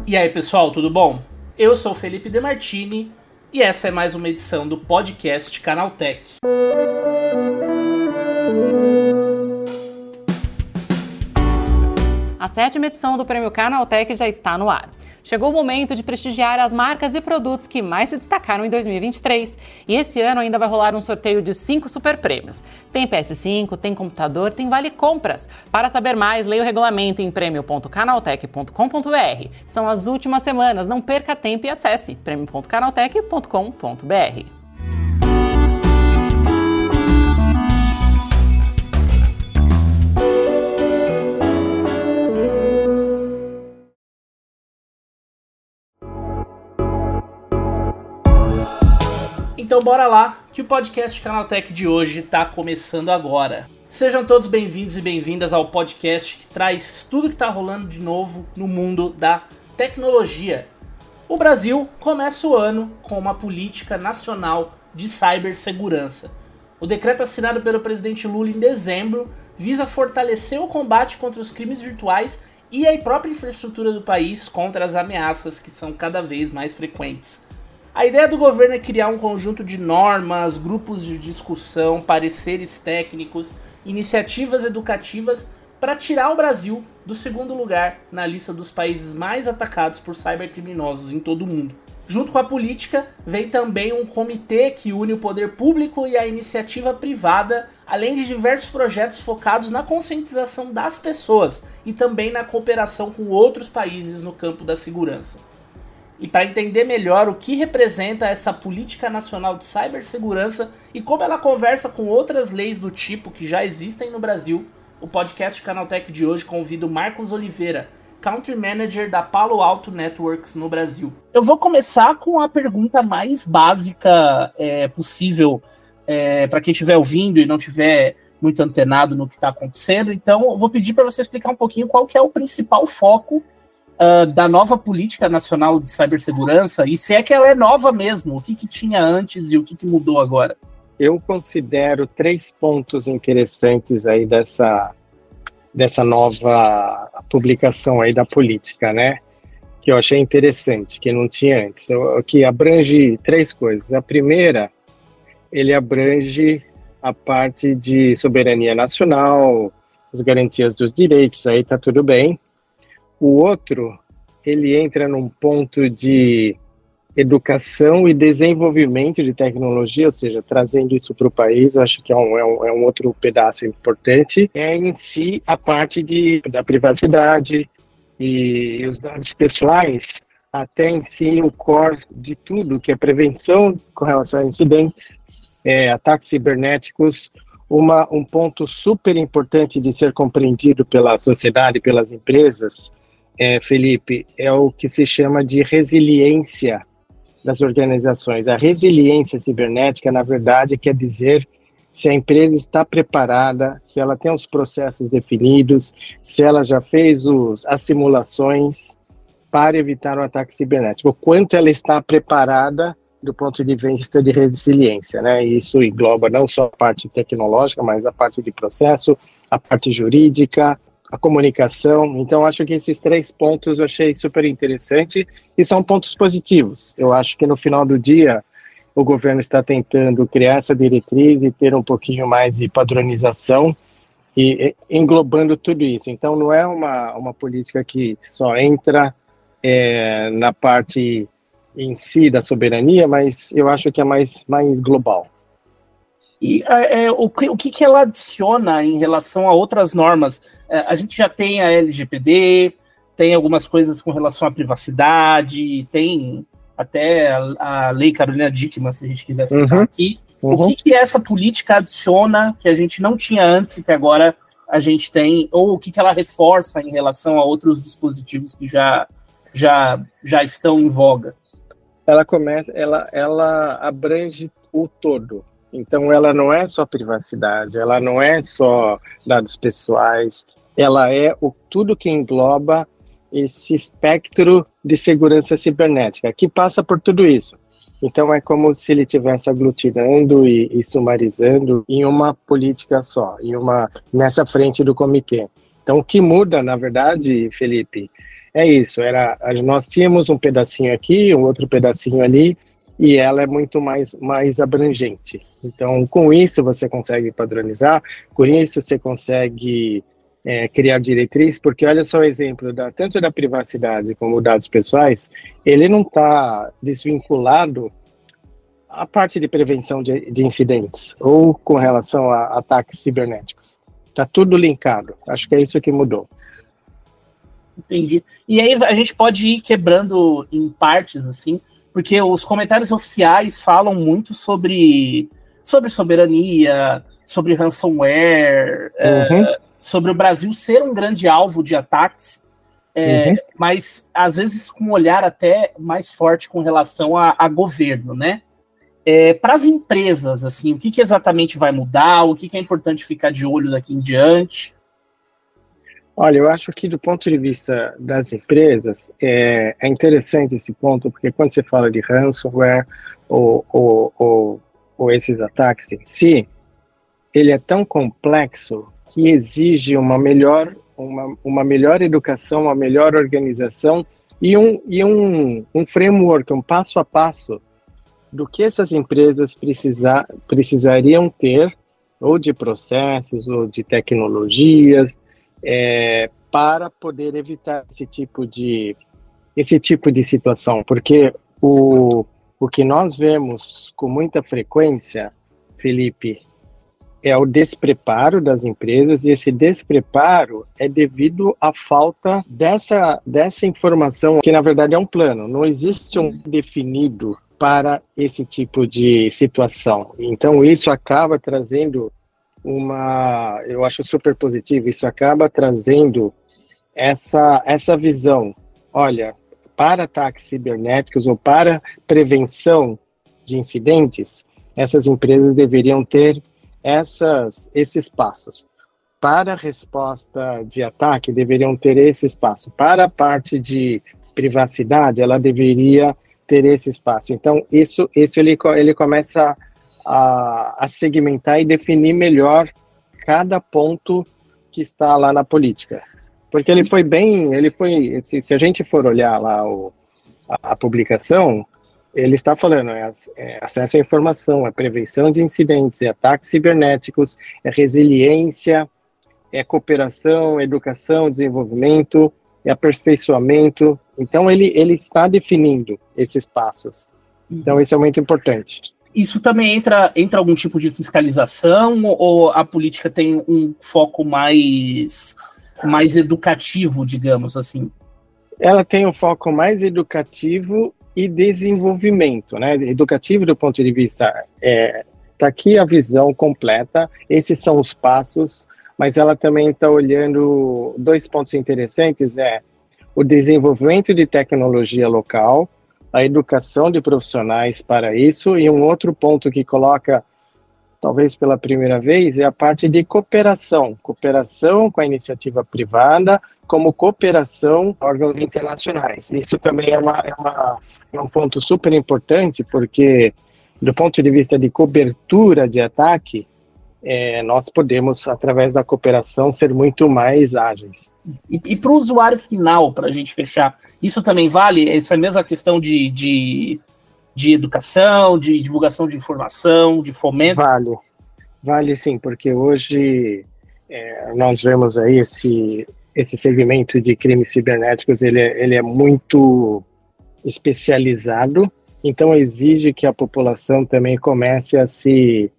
E aí, pessoal, tudo bom? Eu sou o Felipe Demartini e essa é mais uma edição do podcast Canaltech. A 7ª edição do Prêmio Canaltech já está no ar. Chegou o momento de prestigiar as marcas e produtos que mais se destacaram em 2023. E esse ano ainda vai rolar um sorteio de 5 super prêmios. Tem PS5, tem computador, tem vale compras. Para saber mais, leia o regulamento em prêmio.canaltech.com.br. São as últimas semanas, não perca tempo e acesse prêmio.canaltech.com.br. Então bora lá, que o podcast Canaltech de hoje está começando agora. Sejam todos bem-vindos e bem-vindas ao podcast que traz tudo que está rolando de novo no mundo da tecnologia. O Brasil começa o ano com uma política nacional de cibersegurança. O decreto assinado pelo presidente Lula em dezembro visa fortalecer o combate contra os crimes virtuais e a própria infraestrutura do país contra as ameaças que são cada vez mais frequentes. A ideia do governo é criar um conjunto de normas, grupos de discussão, pareceres técnicos, iniciativas educativas para tirar o Brasil do segundo lugar na lista dos países mais atacados por cybercriminosos em todo o mundo. Junto com a política, vem também um comitê que une o poder público e a iniciativa privada, além de diversos projetos focados na conscientização das pessoas e também na cooperação com outros países no campo da segurança. E para entender melhor o que representa essa política nacional de cibersegurança e como ela conversa com outras leis do tipo que já existem no Brasil, o podcast Canaltech de hoje convida o Marcos Oliveira, Country Manager da Palo Alto Networks no Brasil. Eu vou começar com a pergunta mais básica possível para quem estiver ouvindo e não estiver muito antenado no que está acontecendo. Então, eu vou pedir para você explicar um pouquinho qual que é o principal foco da nova política nacional de cibersegurança, e se é que ela é nova mesmo, o que tinha antes e o que mudou agora? Eu considero 3 pontos interessantes aí dessa nova publicação aí da política, né? Que eu achei interessante, que não tinha antes, que abrange 3 coisas. A primeira, ele abrange a parte de soberania nacional, as garantias dos direitos, aí tá tudo bem. O outro, ele entra num ponto de educação e desenvolvimento de tecnologia, ou seja, trazendo isso para o país, eu acho que é um outro pedaço importante. É em si a parte da privacidade e os dados pessoais, até em si o core de tudo, que é prevenção com relação a incidentes, ataques cibernéticos. Um ponto super importante de ser compreendido pela sociedade, pelas empresas, Felipe, é o que se chama de resiliência das organizações. A resiliência cibernética, na verdade, quer dizer se a empresa está preparada, se ela tem os processos definidos, se ela já fez as simulações para evitar um ataque cibernético, o quanto ela está preparada do ponto de vista de resiliência, né? Isso engloba não só a parte tecnológica, mas a parte de processo, a parte jurídica, a comunicação. Então, acho que esses 3 pontos eu achei super interessante e são pontos positivos. Eu acho que no final do dia, o governo está tentando criar essa diretriz e ter um pouquinho mais de padronização e englobando tudo isso. Então, não é uma política que só entra na parte em si da soberania, mas eu acho que é mais global. E o que ela adiciona em relação a outras normas? A gente já tem a LGPD, tem algumas coisas com relação à privacidade, tem até a Lei Carolina Dickmann, se a gente quiser citar aqui. O que essa política adiciona que a gente não tinha antes e que agora a gente tem, ou o que ela reforça em relação a outros dispositivos que já estão em voga? Ela abrange o todo. Então, ela não é só privacidade, ela não é só dados pessoais, ela é tudo que engloba esse espectro de segurança cibernética, que passa por tudo isso. Então, é como se ele estivesse aglutinando e sumarizando em uma política só, nessa frente do comitê. Então, o que muda, na verdade, Felipe, é isso, nós tínhamos um pedacinho aqui, um outro pedacinho ali, e ela é muito mais abrangente. Então, com isso você consegue padronizar, com isso você consegue criar diretriz, porque olha só o exemplo, tanto da privacidade como dados pessoais, ele não está desvinculado à parte de prevenção de incidentes, ou com relação a ataques cibernéticos. Está tudo linkado, acho que é isso que mudou. Entendi. E aí a gente pode ir quebrando em partes, assim, porque os comentários oficiais falam muito sobre soberania, sobre ransomware, sobre o Brasil ser um grande alvo de ataques, mas às vezes com um olhar até mais forte com relação a governo, né? Para as empresas, assim, o que exatamente vai mudar, o que é importante ficar de olho daqui em diante? Olha, eu acho que do ponto de vista das empresas, é interessante esse ponto, porque quando você fala de ransomware ou esses ataques em si, ele é tão complexo que exige uma melhor educação, uma melhor organização e um framework, um passo a passo do que essas empresas precisariam ter, ou de processos, ou de tecnologias, para poder evitar esse tipo de situação, porque o que nós vemos com muita frequência, Felipe, é o despreparo das empresas, e esse despreparo é devido à falta dessa informação, que na verdade é um plano, não existe um definido para esse tipo de situação. Então isso acaba trazendo eu acho super positivo, isso acaba trazendo essa visão. Olha, para ataques cibernéticos ou para prevenção de incidentes, essas empresas deveriam ter esses passos. Para a resposta de ataque, deveriam ter esse espaço. Para a parte de privacidade, ela deveria ter esse espaço. Então, isso ele começa a segmentar e definir melhor cada ponto que está lá na política. Porque se a gente for olhar lá a publicação, ele está falando, acesso à informação, é prevenção de incidentes, é ataques cibernéticos, é resiliência, é cooperação, é educação, desenvolvimento, é aperfeiçoamento. Então, ele está definindo esses passos. Então, isso é muito importante. Isso também entra algum tipo de fiscalização, ou a política tem um foco mais educativo, digamos assim? Ela tem um foco mais educativo e desenvolvimento, né? Educativo do ponto de vista, tá aqui a visão completa, esses são os passos, mas ela também está olhando dois pontos interessantes, o desenvolvimento de tecnologia local, a educação de profissionais para isso, e um outro ponto que coloca, talvez pela primeira vez, é a parte de cooperação com a iniciativa privada, como cooperação com órgãos internacionais. Isso também é um ponto super importante, porque do ponto de vista de cobertura de ataque, nós podemos, através da cooperação, ser muito mais ágeis. E para o usuário final, para a gente fechar, isso também vale? Essa mesma questão de educação, de divulgação de informação, de fomento? Vale sim, porque hoje nós vemos aí esse segmento de crimes cibernéticos, ele é muito especializado, então exige que a população também comece a se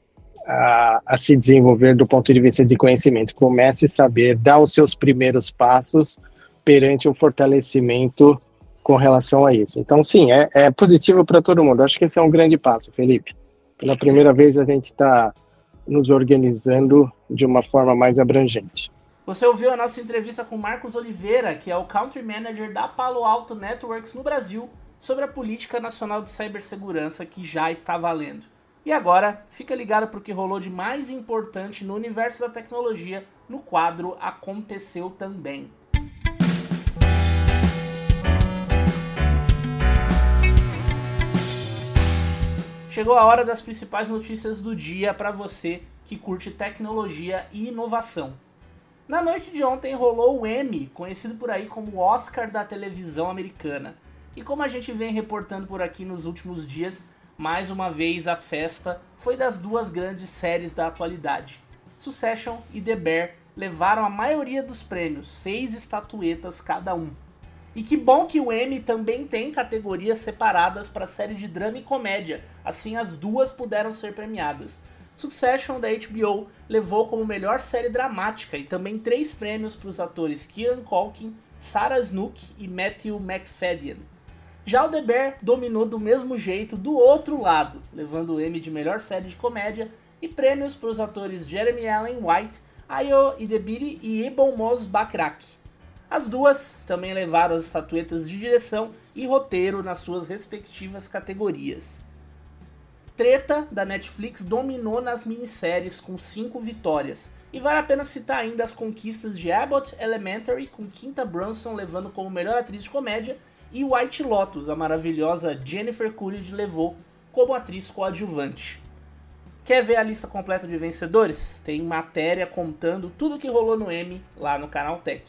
desenvolver do ponto de vista de conhecimento, comece a saber dar os seus primeiros passos perante um fortalecimento com relação a isso. Então, sim, é positivo para todo mundo. Acho que esse é um grande passo, Felipe. Pela primeira vez a gente está nos organizando de uma forma mais abrangente. Você ouviu a nossa entrevista com Marcos Oliveira, que é o Country Manager da Palo Alto Networks no Brasil, sobre a Política Nacional de Cibersegurança que já está valendo. E agora, fica ligado para o que rolou de mais importante no universo da tecnologia no quadro Aconteceu Também. Chegou a hora das principais notícias do dia para você que curte tecnologia e inovação. Na noite de ontem rolou o Emmy, conhecido por aí como o Oscar da televisão americana. E como a gente vem reportando por aqui nos últimos dias, mais uma vez a festa foi das duas grandes séries da atualidade. Succession e The Bear levaram a maioria dos prêmios, 6 estatuetas cada um. E que bom que o Emmy também tem categorias separadas para série de drama e comédia, assim as duas puderam ser premiadas. Succession da HBO levou como melhor série dramática e também 3 prêmios para os atores Kieran Culkin, Sarah Snook e Matthew McFadden. Já o The Bear dominou do mesmo jeito do outro lado, levando o Emmy de melhor série de comédia e prêmios para os atores Jeremy Allen White, Ayo Edebiri e Ebon Moss-Bachrach. As duas também levaram as estatuetas de direção e roteiro nas suas respectivas categorias. Treta, da Netflix, dominou nas minisséries com 5 vitórias. E vale a pena citar ainda as conquistas de Abbott Elementary, com Quinta Brunson levando como melhor atriz de comédia, e White Lotus, a maravilhosa Jennifer Coolidge levou como atriz coadjuvante. Quer ver a lista completa de vencedores? Tem matéria contando tudo o que rolou no Emmy lá no Canaltech.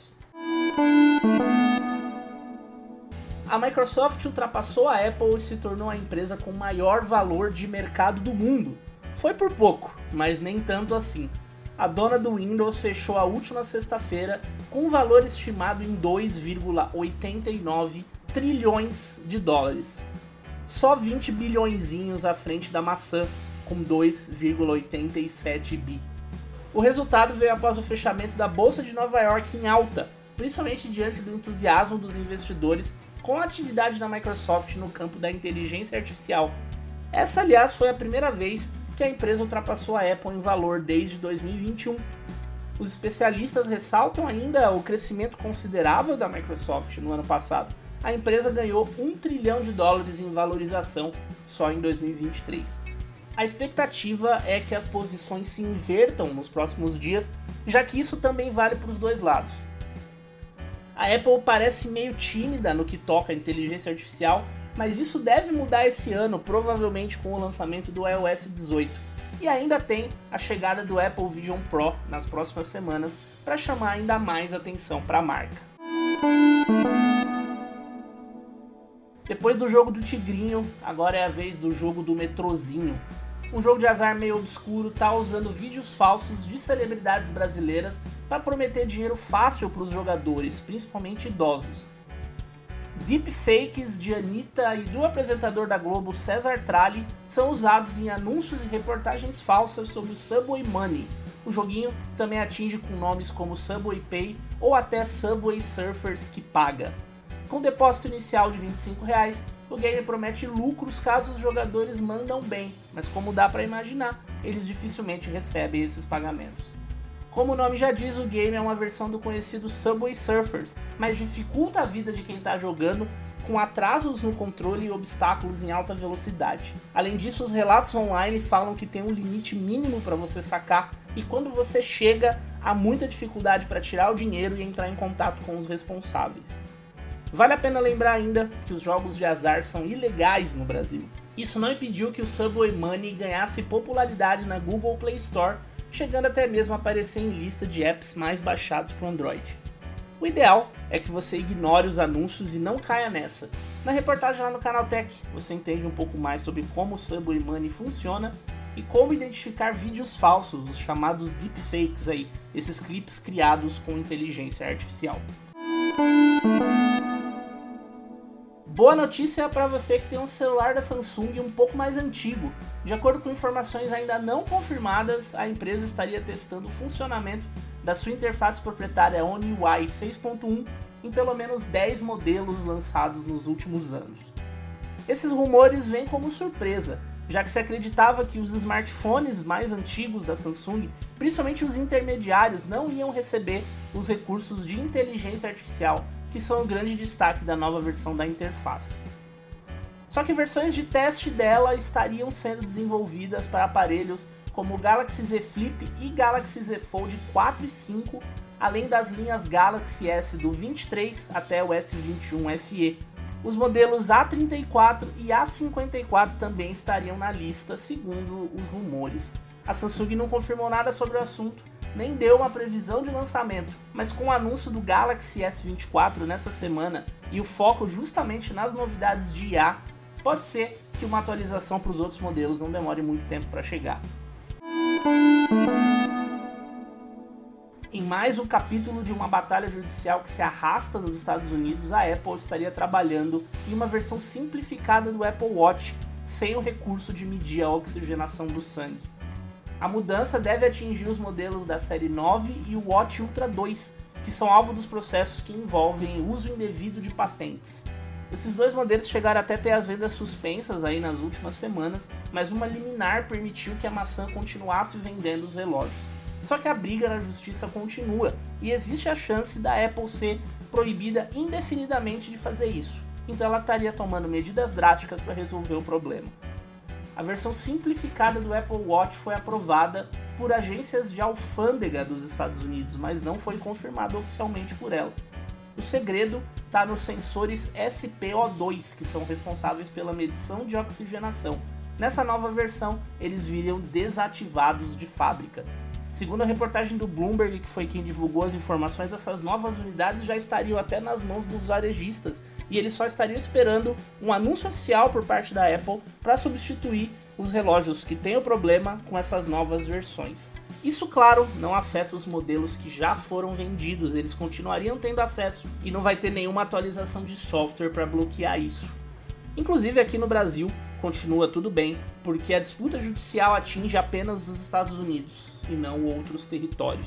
A Microsoft ultrapassou a Apple e se tornou a empresa com maior valor de mercado do mundo. Foi por pouco, mas nem tanto assim. A dona do Windows fechou a última sexta-feira com um valor estimado em 2,89 trilhões de dólares. Só 20 bilhõezinhos à frente da maçã, com 2,87 bi. O resultado veio após o fechamento da Bolsa de Nova York em alta, principalmente diante do entusiasmo dos investidores com a atividade da Microsoft no campo da inteligência artificial. Essa, aliás, foi a primeira vez que a empresa ultrapassou a Apple em valor desde 2021. Os especialistas ressaltam ainda o crescimento considerável da Microsoft no ano passado. A empresa ganhou $1 trilhão em valorização só em 2023. A expectativa é que as posições se invertam nos próximos dias, já que isso também vale para os dois lados. A Apple parece meio tímida no que toca à inteligência artificial, mas isso deve mudar esse ano, provavelmente com o lançamento do iOS 18. E ainda tem a chegada do Apple Vision Pro nas próximas semanas para chamar ainda mais atenção para a marca. Depois do jogo do Tigrinho, agora é a vez do jogo do Metrozinho. Um jogo de azar meio obscuro tá usando vídeos falsos de celebridades brasileiras para prometer dinheiro fácil para os jogadores, principalmente idosos. Deepfakes de Anitta e do apresentador da Globo César Tralli são usados em anúncios e reportagens falsas sobre o Subway Money. O joguinho também atinge com nomes como Subway Pay ou até Subway Surfers que paga. Com depósito inicial de R$25, o game promete lucros caso os jogadores mandam bem, mas como dá para imaginar, eles dificilmente recebem esses pagamentos. Como o nome já diz, o game é uma versão do conhecido Subway Surfers, mas dificulta a vida de quem está jogando com atrasos no controle e obstáculos em alta velocidade. Além disso, os relatos online falam que tem um limite mínimo para você sacar e quando você chega, há muita dificuldade para tirar o dinheiro e entrar em contato com os responsáveis. Vale a pena lembrar ainda que os jogos de azar são ilegais no Brasil. Isso não impediu que o Subway Money ganhasse popularidade na Google Play Store, chegando até mesmo a aparecer em lista de apps mais baixados para o Android. O ideal é que você ignore os anúncios e não caia nessa. Na reportagem lá no Canaltech, você entende um pouco mais sobre como o Subway Money funciona e como identificar vídeos falsos, os chamados deepfakes aí, esses clipes criados com inteligência artificial. Boa notícia para você que tem um celular da Samsung um pouco mais antigo. De acordo com informações ainda não confirmadas, a empresa estaria testando o funcionamento da sua interface proprietária One UI 6.1 em pelo menos 10 modelos lançados nos últimos anos. Esses rumores vêm como surpresa, já que se acreditava que os smartphones mais antigos da Samsung, principalmente os intermediários, não iam receber os recursos de inteligência artificial, que são o grande destaque da nova versão da interface. Só que versões de teste dela estariam sendo desenvolvidas para aparelhos como o Galaxy Z Flip e Galaxy Z Fold 4 e 5, além das linhas Galaxy S do 23 até o S21 FE. Os modelos A34 e A54 também estariam na lista, segundo os rumores. A Samsung não confirmou nada sobre o assunto, nem deu uma previsão de lançamento, mas com o anúncio do Galaxy S24 nessa semana e o foco justamente nas novidades de IA, pode ser que uma atualização para os outros modelos não demore muito tempo para chegar. Em mais um capítulo de uma batalha judicial que se arrasta nos Estados Unidos, a Apple estaria trabalhando em uma versão simplificada do Apple Watch, sem o recurso de medir a oxigenação do sangue. A mudança deve atingir os modelos da série 9 e o Watch Ultra 2, que são alvo dos processos que envolvem uso indevido de patentes. Esses dois modelos chegaram até ter as vendas suspensas aí nas últimas semanas, mas uma liminar permitiu que a maçã continuasse vendendo os relógios. Só que a briga na justiça continua e existe a chance da Apple ser proibida indefinidamente de fazer isso. Então ela estaria tomando medidas drásticas para resolver o problema. A versão simplificada do Apple Watch foi aprovada por agências de alfândega dos Estados Unidos, mas não foi confirmada oficialmente por ela. O segredo está nos sensores SPO2, que são responsáveis pela medição de oxigenação. Nessa nova versão, eles viriam desativados de fábrica. Segundo a reportagem do Bloomberg, que foi quem divulgou as informações, essas novas unidades já estariam até nas mãos dos varejistas e eles só estariam esperando um anúncio oficial por parte da Apple para substituir os relógios que têm o problema com essas novas versões. Isso, claro, não afeta os modelos que já foram vendidos, eles continuariam tendo acesso e não vai ter nenhuma atualização de software para bloquear isso. Inclusive aqui no Brasil continua tudo bem, porque a disputa judicial atinge apenas os Estados Unidos e não outros territórios.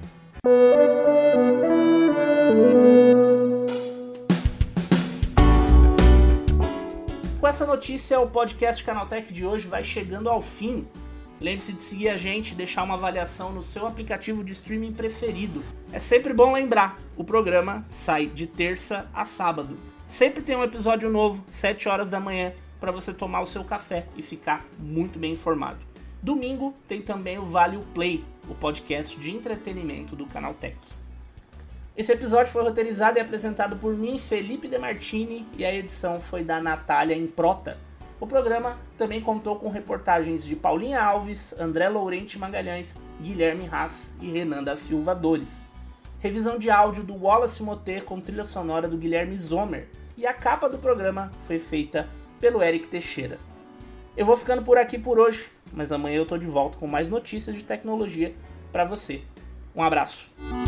Com essa notícia, o podcast Canaltech de hoje vai chegando ao fim. Lembre-se de seguir a gente e deixar uma avaliação no seu aplicativo de streaming preferido. É sempre bom lembrar, o programa sai de terça a sábado. Sempre tem um episódio novo, 7 horas da manhã, para você tomar o seu café e ficar muito bem informado. Domingo tem também o Vale o Play, o podcast de entretenimento do Canaltech. Esse episódio foi roteirizado e apresentado por mim, Felipe De Martini, e a edição foi da Natália Improta. O programa também contou com reportagens de Paulinha Alves, André Laurenti Magalhães, Guilherme Haas e Renan da Silva Dores. Revisão de áudio do Wallace Moter com trilha sonora do Guilherme Zomer, e a capa do programa foi feita pelo Eric Teixeira. Eu vou ficando por aqui por hoje, mas amanhã eu tô de volta com mais notícias de tecnologia para você. Um abraço!